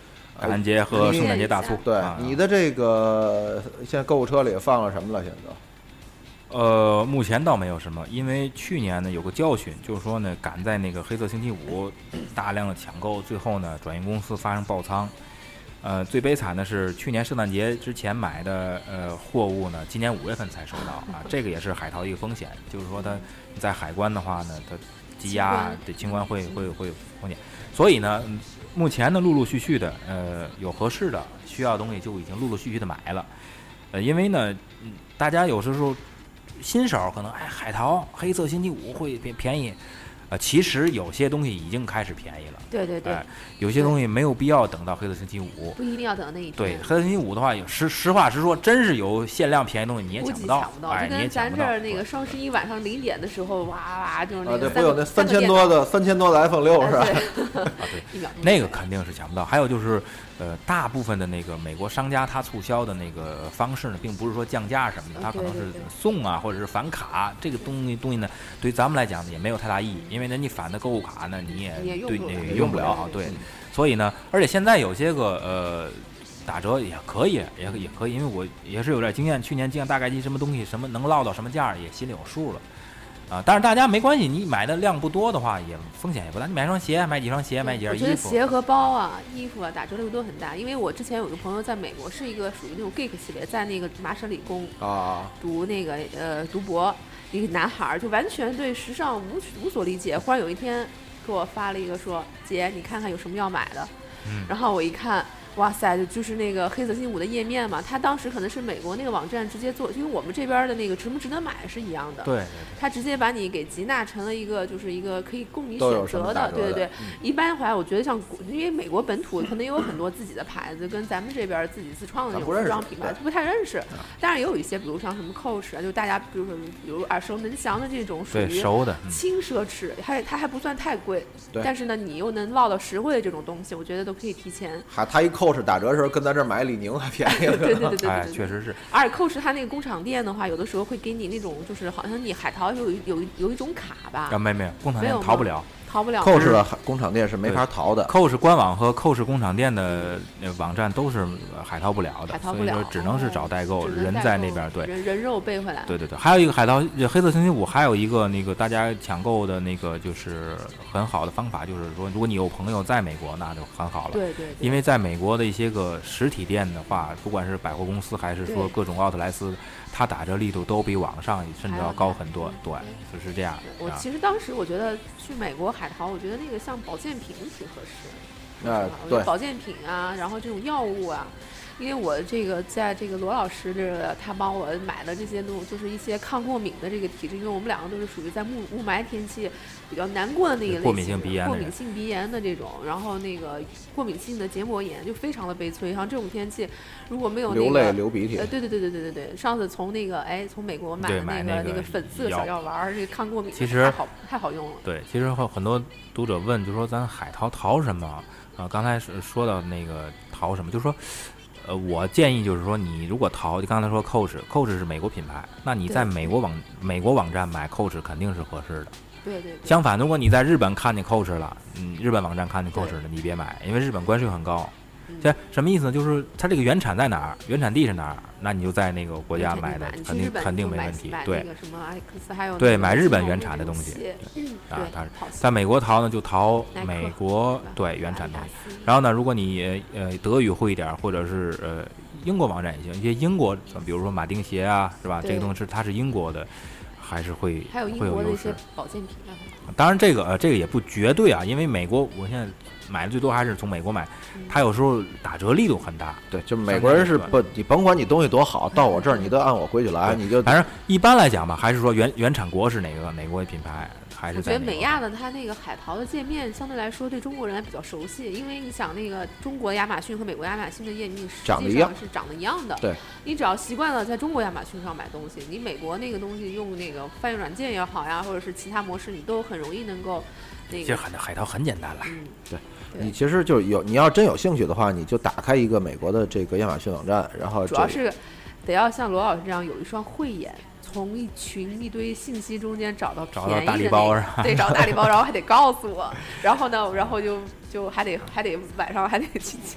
感恩节和圣诞节大促。 对， 啊你的这个现在购物车里放了什么了？现在？ 目前倒没有什么，因为去年呢有个教训，就是说呢赶在那个黑色星期五大量的抢购，最后呢转运公司发生爆仓。最悲惨的是去年圣诞节之前买的货物呢，今年5月份才收到啊，这个也是海淘的一个风险，就是说它在海关的话呢，它积压对清关会有风险，所以呢，目前呢陆陆续续的有合适的需要的东西就已经陆陆续续的买了，因为呢，大家有时候新手可能海淘黑色星期五会便宜。其实有些东西已经开始便宜了， 对， 有些东西没有必要等到黑色星期五， 不一定要等那一天。 对，黑色星期五的话，实话实说，真是有限量便宜东西你也抢不到， 就跟咱这儿那个双11晚上0点的时候，哇，就是那个不有那3000多的iPhone 6是吧？ 对， 那个肯定是抢不到。还有就是，大部分的那个美国商家他促销的那个方式呢，并不是说降价什么的，他可能是送啊，或者是返卡，这个东西呢，对于咱们来讲也没有太大意义，因为呢，你返的购物卡呢，你也用不了啊，对，所以呢，而且现在有些个打折也可以，因为我也是有点经验，去年经验大概什么东西什么能落到什么价也心里有数了。但是大家没关系，你买的量不多的话，也风险也不大。你买双鞋，买几双鞋，买几件衣服。 我觉得鞋和包啊、衣服啊打折力度都很大。因为我之前有个朋友在美国，是一个属于那种 geek 系列，在那个麻省理工读那个读博，一个男孩就完全对时尚无所理解。忽然有一天给我发了一个说：“姐，你看看有什么要买的。”然后我一看。哇塞，就是那个黑色星期五的页面嘛，他当时可能是美国那个网站直接做，因为我们这边的那个值不值得买是一样的。 对， 他直接把你给集纳成了一个，就是一个可以供你选择的。对，一般的话，我觉得像因为美国本土可能也有很多自己的牌子，跟咱们这边自己自创的那种服装品牌不太认识。当然也有一些，比如像什么 Coach 啊，就大家比如说有耳熟能详的这种属于熟的轻奢侈，它还不算太贵，但是呢，你又能落到实惠的这种东西，我觉得都可以提前。 他一 Coach 打折的时候跟咱这儿买李宁还便宜了。 对， 确实是。 而且 Coach 它那个工厂店的话，有的时候会给你那种，就是好像你海淘有一种卡吧？ 没有，工厂店淘不了。 Coach 的工厂店是没法淘的。 Coach 官网和 Coach 工厂店的网站都是海淘不了的，所以说只能是找代购，人在那边。对， 人肉背回来。 对，还有一个海淘黑色星期五，还有一个那个大家抢购的那个就是很好的方法，就是说如果你有朋友在美国，那就很好了。 对， 因为在美国的一些个实体店的话，不管是百货公司还是说各种奥特莱斯，它打折力度都比网上甚至要高很多。对，就是这样。 我其实当时我觉得去美国海淘，我觉得那个像保健品挺合适。 对， 保健品啊，然后这种药物啊。因为我这个在这个罗老师这个他帮我买的这些就是一些抗过敏的这个体质，因为我们两个都是属于在雾霾天气比较难过的那个类型，过敏性鼻炎的这种，然后那个过敏性的结膜炎就非常的悲催。像这种天气，如果没有那个流泪流鼻涕， 对。上次从美国买的那个粉色小药丸，这个抗过敏其实太好用了。 对，其实很多读者问，就说咱海淘什么？刚才说到那个淘什么，就是说。我建议就是说，你如果淘，刚才说 Coach 是美国品牌，那你在美国网站买 Coach 肯定是合适的。 对。 相反，如果你在日本看见 Coach 了，日本网站看见 Coach 了，你别买，因为日本关税很高。这什么意思呢？就是它这个原产在哪儿，原产地是哪儿，那你就在那个国家买的，肯定没问题。对，对，买日本原产的东西。它在美国淘呢，就淘美国原产东西。然后呢，如果你德语会一点，或者是英国网站也行，一些英国，比如说马丁鞋啊，是吧？这个东西它是英国的，还是会还有英国的一些保健品。 当然，这个也不绝对啊，因为美国我现在买的最多还是从美国买，它有时候打折力度很大。 对，就美国人是不，你甭管你东西多好，到我这儿你都按我规矩来，你就。 反正一般来讲吧，还是说原产国是哪国品牌。 我觉得美亚的它那个海淘的界面相对来说对中国人比较熟悉，因为你想那个中国亚马逊和美国亚马逊的页面实际上是长得一样的。 对， 你只要习惯了在中国亚马逊上买东西，你美国那个东西用那个翻译软件也好呀，或者是其他模式，你都很容易能够那个。 其实海淘很简单了。 对。你其实就你要真有兴趣的话，你就打开一个美国的这个亚马逊网站，然后主要是得要像罗老师这样有一双慧眼。从一堆信息中间找到便宜的大礼包是吧？ 对，找大礼包，然后还得告诉我，然后呢，就还得晚上还得去抢。 其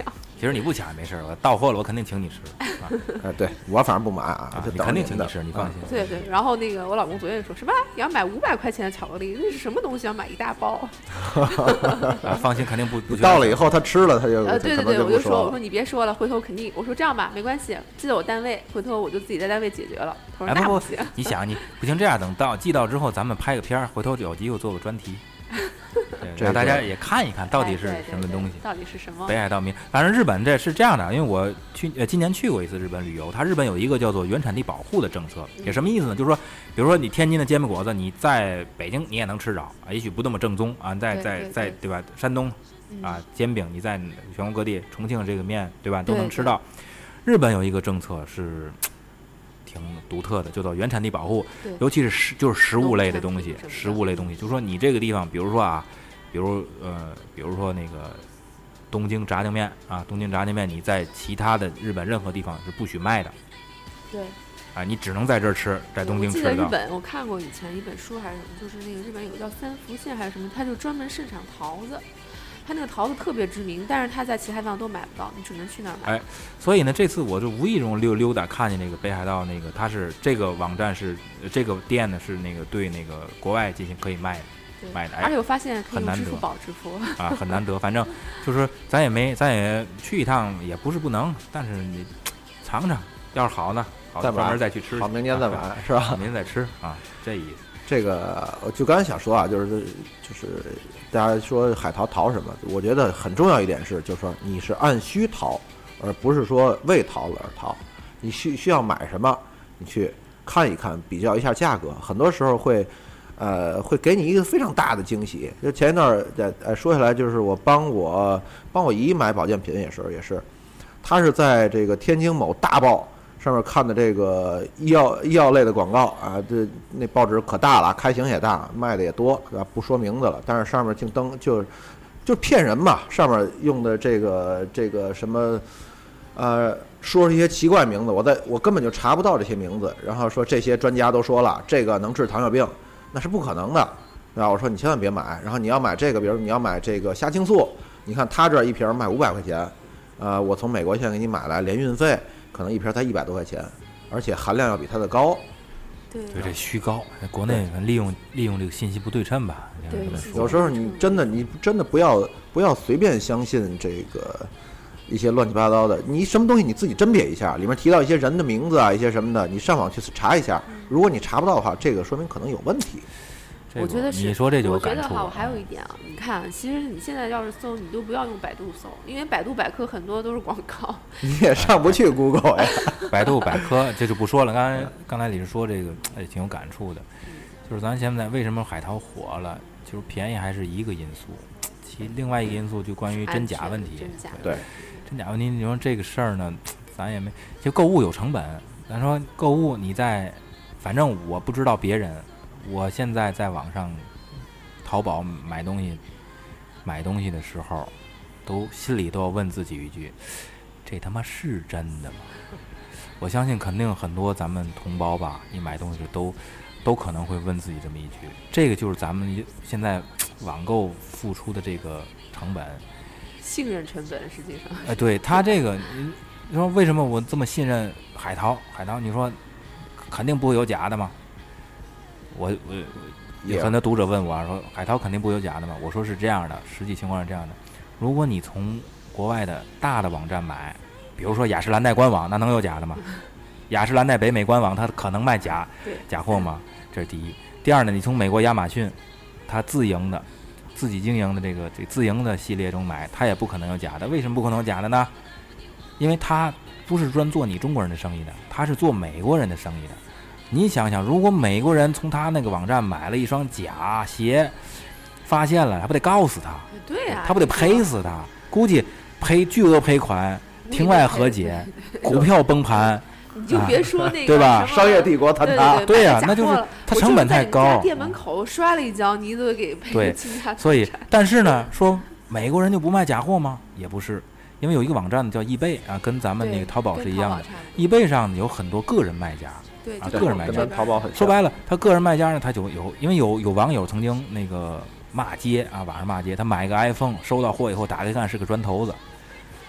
其实你不抢也没事，我到货了我肯定请你吃啊。 对我反正不买啊， 你肯定请你吃，你放心。 对对，然后那个我老公昨天说什么你要买500块钱的巧克力，那是什么东西？要买一大包。 放心，肯定不到了以后他吃了他就对对对，我就说你别说了，回头肯定我说这样吧，没关系，寄到我单位，回头我就自己在单位解决了。他说那不行， 你想你不行，这样等寄到之后，咱们拍个片儿，回头有机会做个专题。让大家也看一看到底是什么东西， 到底是什么北海道民。反正日本这是这样的，因为我今年去过一次日本旅游，它日本有一个叫做原产地保护的政策，也什么意思呢？就是说，比如说你天津的煎饼果子，你在北京你也能吃着，也许不那么正宗啊，在对吧？山东啊煎饼，你在全国各地，重庆这个面对吧都能吃到。日本有一个政策是挺独特的，叫做原产地保护，尤其是就是食物类的东西，就是说你这个地方，比如说那个东京炸酱面啊，你在其他的日本任何地方是不许卖的。 对。 啊，你只能在这儿吃，在东京吃到。 我记得日本，我看过以前一本书还是什么，就是那个日本有个叫三福县还是什么，它就专门盛产桃子。它那个桃子特别知名，但是它在其他地方都买不到，你只能去那儿买。 哎，所以呢，这次我就无意中溜达看见那个北海道那个，它是这个网站是这个店呢是那个对那个国外进行可以卖的。 而且我发现可以用支付宝支付啊，很难得。反正就是咱也去一趟也不是不能，但是你尝尝，要是好呢，好专门再去吃， 好明年再买是吧？ 明年再吃啊，这意思。 这个我就刚才想说啊，就是大家说海淘什么，我觉得很重要一点是，就是说你是按需淘，而不是说为淘而淘。你需要买什么，你去看一看，比较一下价格，很多时候会给你一个非常大的惊喜。就前一段说下来，就是我帮我姨买保健品也是，她是在这个天津某大报上面看的这个医药类的广告啊，那报纸可大了，开型也大，卖的也多，对吧？不说名字了，但是上面净登就骗人嘛，上面用的这个什么说一些奇怪名字，我根本就查不到这些名字，然后说这些专家都说了，这个能治糖尿病，那是不可能的，对吧？我说你千万别买，然后你要买这个，比如你要买这个虾青素，你看他这一瓶卖500块钱，我从美国现在给你买来，连运费可能一瓶才100多块钱，而且含量要比它的高。 对， 这虚高，国内利用这个信息不对称吧。 对， 有时候你真的不要随便相信这个一些乱七八糟的，你什么东西你自己甄别一下，里面提到一些人的名字啊，一些什么的，你上网去查一下。如果你查不到的话，这个说明可能有问题。 我觉得是， 你说这就有感触。 我觉得哈，我还有一点啊，你看，其实你现在要是搜，你都不要用百度搜，因为百度百科很多都是广告， 你也上不去 Google 呀。 百度百科这就不说了。刚才李师说这个，挺有感触的。就是咱现在为什么海淘火了，就是便宜还是一个因素，其另外一个因素就关于真假问题。 对， 真假问题，你说这个事儿呢，咱也没，就购物有成本。咱说购物你反正我不知道别人。我现在在网上淘宝买东西的时候，心里都要问自己一句：这他妈是真的吗？我相信肯定很多咱们同胞吧，你买东西都可能会问自己这么一句。这个就是咱们现在网购付出的这个成本， 信任成本实际上。 对他这个，你说为什么我这么信任海淘？你说肯定不会有假的吗？我有很多读者问我说，海淘肯定不会有假的吗？我说是这样的，实际情况是这样的。如果你从国外的大的网站买，比如说雅诗兰黛官网，那能有假的吗？雅诗兰黛北美官网它可能卖假货吗？这是第一。第二呢，你从美国亚马逊它自己经营的这自营的系列中买，它也不可能有假的。为什么不可能有假的呢？因为它不是专做你中国人的生意的，它是做美国人的生意的。你想想，如果美国人从他那个网站买了一双假鞋，发现了，他不得告死他？ 对呀， 他不得赔死他？估计巨额赔款，庭外和解，股票崩盘。 你就别说那个对吧？ 商业帝国坍塌。 对呀，那就是它成本太高。 店门口摔了一跤，你都给赔倾家。 所以，但是呢，说美国人就不卖假货吗？也不是，因为有一个网站叫易贝啊，跟咱们那个淘宝是一样的。易贝上有很多个人卖家。 对啊，个人卖家， 淘宝很说白了，他个人卖家呢，他就因为有网友曾经那个骂街啊，网上骂街，他买一个 iPhone，收到货以后打开看是个砖头子，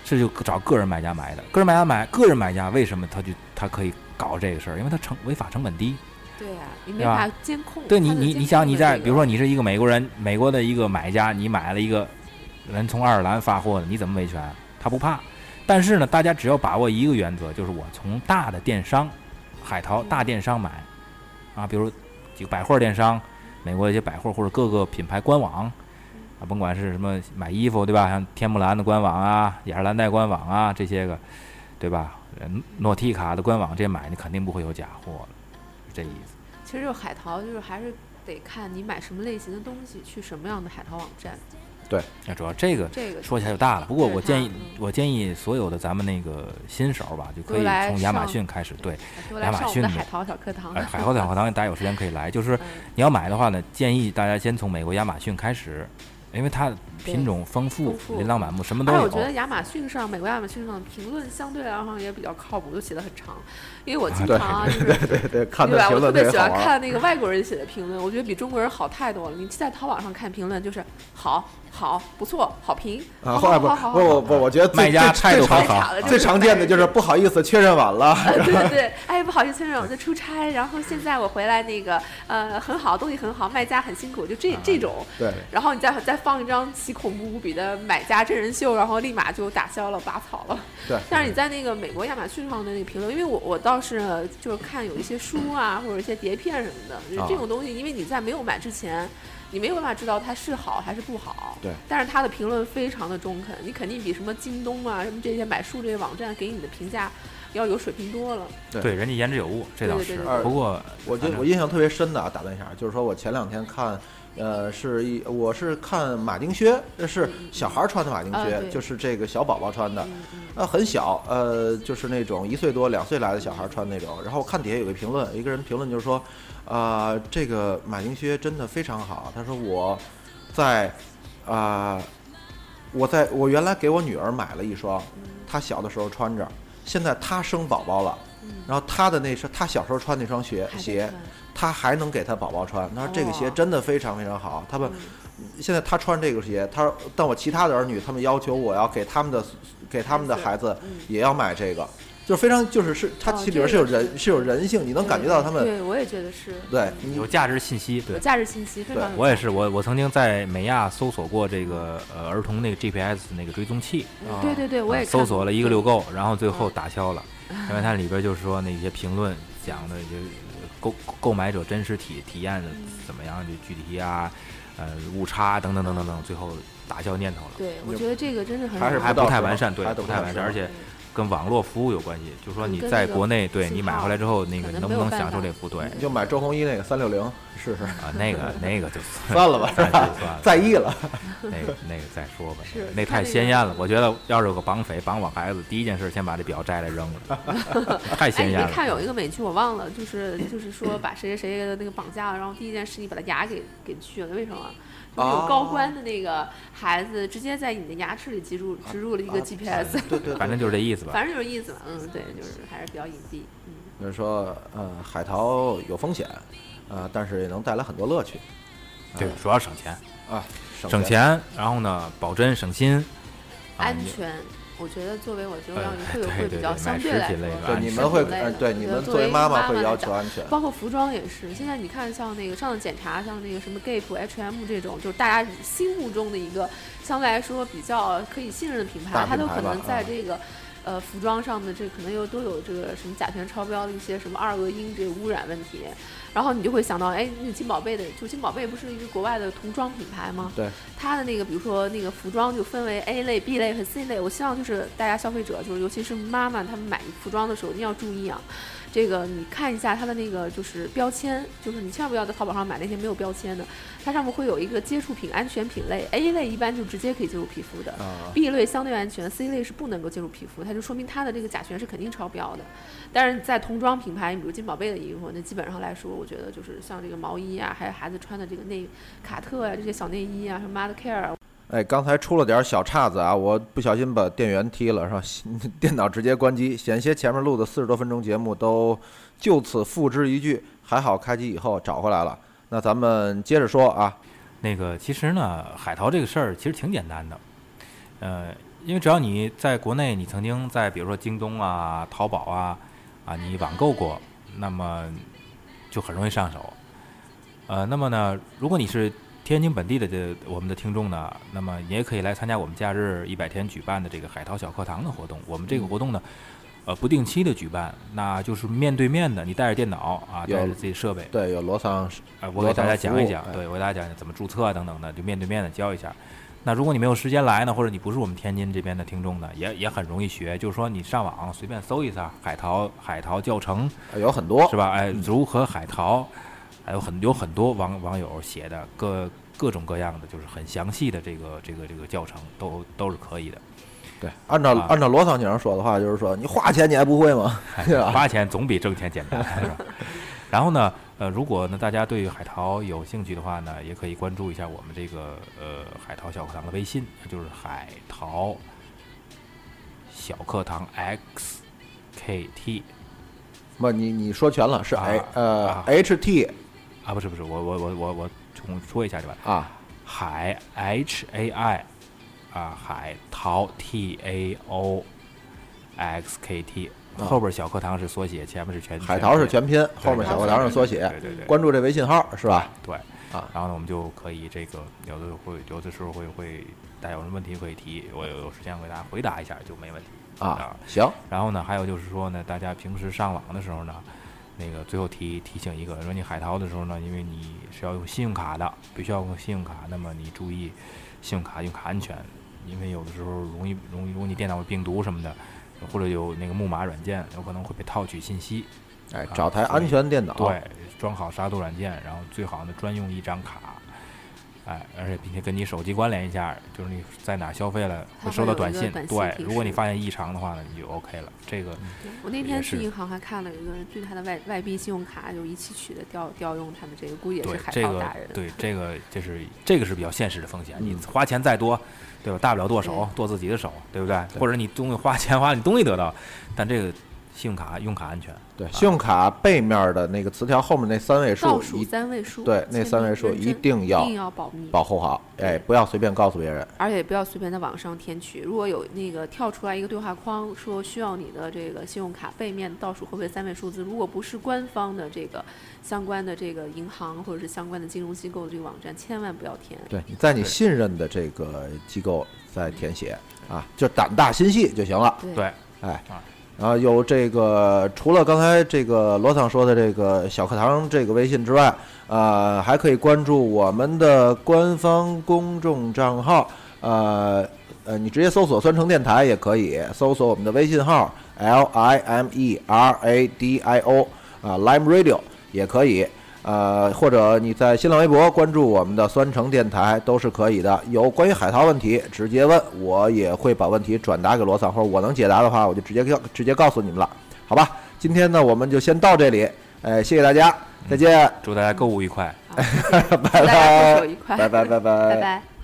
是就找个人买家买的。个人买家为什么他可以搞这个事儿？因为他违法成本低。 对呀，你没法监控。 对你想你在比如说你是一个美国人，美国的一个买家，你买了一个人从爱尔兰发货的，你怎么维权？他不怕。但是呢，大家只要把握一个原则，就是我从大的电商，海淘大电商买，啊，比如几个百货电商，美国一些百货或者各个品牌官网，啊，甭管是什么买衣服对吧？像天目蓝的官网啊，雅诗兰黛官网啊，这些个，对吧？诺蒂卡的官网这买，你肯定不会有假货，是这意思。 其实就是海淘，就是还是得看你买什么类型的东西，去什么样的海淘网站。 对， 那主要这个说起来就大了。不过我建议所有的咱们那个新手吧，就可以从亚马逊开始。对，亚马逊的海淘小课堂。 海淘小课堂大家有时间可以来。就是你要买的话呢，建议大家先从美国亚马逊开始，因为它品种丰富，琳琅满目，什么都有。 我觉得美国亚马逊上评论相对来说也比较靠谱，都写得很长。因为我经常对，看的评论我特别喜欢看那个外国人写的评论，我觉得比中国人好太多了。你在淘宝上看评论就是好，不错，好评啊！不，我觉得卖家态度好， 最常见的就是不好意思，确认晚了。 对，哎，不好意思，确认我在出差，然后现在我回来，那个很好，东西很好，卖家很辛苦，就这种。 对。 然后你再放一张奇恐怖无比的买家真人秀，然后立马就打消了，拔草了。 对。 但是你在那个美国亚马逊上的那个评论，因为我倒是就是看有一些书啊，或者一些碟片什么的，就是这种东西，因为你在没有买之前。你没有办法知道它是好还是不好， 对。 但是它的评论非常的中肯，你肯定比什么京东啊、什么这些买书这些网站给你的评价要有水平多了。 对，人家言之有物，这倒是。 对不过， 我印象特别深的啊，打断一下，就是说我前2天看，我是看马丁靴，是小孩穿的马丁靴，就是这个小宝宝穿的，很小，就是那种1岁多2岁来的小孩穿那种。然后我看底下有个评论，一个人评论就是说。这个马丁靴真的非常好。他说我原来给我女儿买了一双，她小的时候穿着，现在她生宝宝了，然后她小时候穿那双鞋，她还能给她宝宝穿。他说这个鞋真的非常非常好。他们现在她穿这个鞋，但我其他的儿女他们要求我要给他们的孩子也要买这个。就是非常它其实里边是有人性，你能感觉到他们。 对，我也觉得是。 对， 有价值信息，对， 有价值信息，非常。 我也是，我曾经在美亚搜索过这个儿童那个 GPS 那个追踪器。 对，我也搜索了一个溜够，然后最后打消了，因为它里边就是说那些评论讲的就购买者真实体验的怎么样，就具体啊，误差等等，最后打消念头了。 对，我觉得这个真是还不太完善，对，不太完善，而且。跟网络服务有关系，就是说你在国内，对你买回来之后，那个能不能享受这服务？对， 你就买周鸿祎那个360试试啊，那个就算了吧，是吧？在意了， 那个再说吧，那太鲜艳了。我觉得要是有个绑匪绑我孩子，第一件事先把这表摘来扔了，太鲜艳了。 你看有一个美剧我忘了，就是说把谁的那个绑架了，然后第一件事你把他牙给去了，为什么？就是有高官的那个孩子直接在你的牙齿里植入了一个 GPS， 对， 反正就是这意思吧。 反正就是意思嘛，对，就是还是比较隐蔽。 就是说，海淘有风险，但是也能带来很多乐趣。 对，主要省钱啊， 省钱，然后呢，保真省心， 安全。我觉得作为我觉得会比较相对来说， 对你们会你们作为妈妈会要求安全， 包括服装也是。现在你看，像那个上次检查，像那个什么 Gap、H&M 这种，就是大家心目中的一个相对来说比较可以信任的品牌，它都可能在这个服装上的这可能都有这个什么甲醛超标的一些什么2恶英这个污染问题。然后你就会想到，哎，那个金宝贝金宝贝不是一个国外的童装品牌吗？ 对， 它的那个比如说那个服装就分为 A 类、B 类和 C 类。我希望就是大家消费者，就是尤其是妈妈，他们买服装的时候一定要注意啊。这个你看一下它的那个就是标签，就是你千万不要在淘宝上买那些没有标签的，它上面会有一个接触品安全品类。A 类一般就直接可以接触皮肤的，B 类相对安全， C 类是不能够接触皮肤，它就说明它的这个甲醛是肯定超标的。但是在童装品牌，比如金宝贝的衣服，那基本上来说，我觉得就是像这个毛衣啊，还有孩子穿的这个卡特啊，这些小内衣啊，什么 Mother Care 啊。 哎，刚才出了点小岔子啊，我不小心把电源踢了，是吧？电脑直接关机，险些前面录的40多分钟节目都就此付之一炬，还好开机以后找回来了。那咱们接着说啊， 那个其实呢，海淘这个事儿其实挺简单的， 因为只要你在国内，你曾经在比如说京东啊、淘宝啊你网购过，那么就很容易上手。那么呢，如果你是天津本地的我们的听众呢，那么你也可以来参加我们假日100天举办的这个海淘小课堂的活动。我们这个活动呢，不定期的举办，那就是面对面的，你带着电脑啊，带着自己设备， 对，有罗桑， 我给大家讲一讲，对，我给大家讲怎么注册啊等等的，就面对面的教一下。那如果你没有时间来呢，或者你不是我们天津这边的听众呢，也很容易学，就是说你上网随便搜一下海淘教程， 有很多是吧？如何海淘，还有很多网友写的各种各样的，就是很详细的这个教程都是可以的。 对，按照罗桑先生说的话，就是说你花钱你还不会吗？ 花钱总比挣钱简单，是吧？然后呢，如果呢大家对海淘有兴趣的话呢，也可以关注一下我们这个海淘小课堂的微信，就是海淘小课堂 XKT。 不，你说全了，是HT 啊，不是，我重说一下就完啊， 海 HAI 海淘 TAO XKT。后边小课堂是缩写，前面是全海淘是全拼，后面小课堂是缩写。 对， 关注这微信号是吧？ 对啊，然后呢，我们就可以这个有的时候会大家有什么问题可以提，我有时间给大家回答一下就没问题啊。行。 然后呢，还有就是说呢，大家平时上网的时候呢，那个最后提醒一个，说你海淘的时候呢，因为你是要用信用卡的，必须要用信用卡，那么你注意信用卡安全，因为有的时候容易你电脑有病毒什么的。或者有那个木马软件，有可能会被套取信息。 找台安全电脑， 对，装好杀毒软件，然后最好呢专用一张卡。而且并且跟你手机关联一下，就是你在哪消费了会收到短信。对，如果你发现异常的话呢，你就 OK 了。这个我那天去银行还看了有一个人对他的外币信用卡有一起取的调用他们这个，估计也是海淘达人。 对，这个是比较现实的风险。你花钱再多，对吧？大不了剁手，剁自己的手，对不对？或者你东西花钱你东西得到，但这个信用卡用卡安全。 对，信用卡背面的那个词条后面那3位数， 倒数3位数， 对，那3位数一定要保密， 保护好。不要随便告诉别人， 而且不要随便在网上填取。如果有那个跳出来一个对话框，说需要你的这个信用卡背面倒数后备3位数字，如果不是官方的这个相关的这个银行或者是相关的金融机构的这个网站，千万不要填。 对，你在你信任的这个机构再填写啊，就胆大心细就行了。 对， 然后有这个，除了刚才这个罗桑说的这个小课堂这个微信之外，还可以关注我们的官方公众账号，你直接搜索酸橙电台也可以，搜索我们的微信号 LIMERADIO Lime Radio 也可以。或者你在新浪微博关注我们的酸橙电台都是可以的。有关于海淘问题直接问，我也会把问题转达给罗桑，或者我能解答的话，我就直接告诉你们了，好吧？今天呢，我们就先到这里，谢谢大家，再见， 祝大家购物愉快， 拜拜，祝大家购物愉快， 拜拜。 拜拜。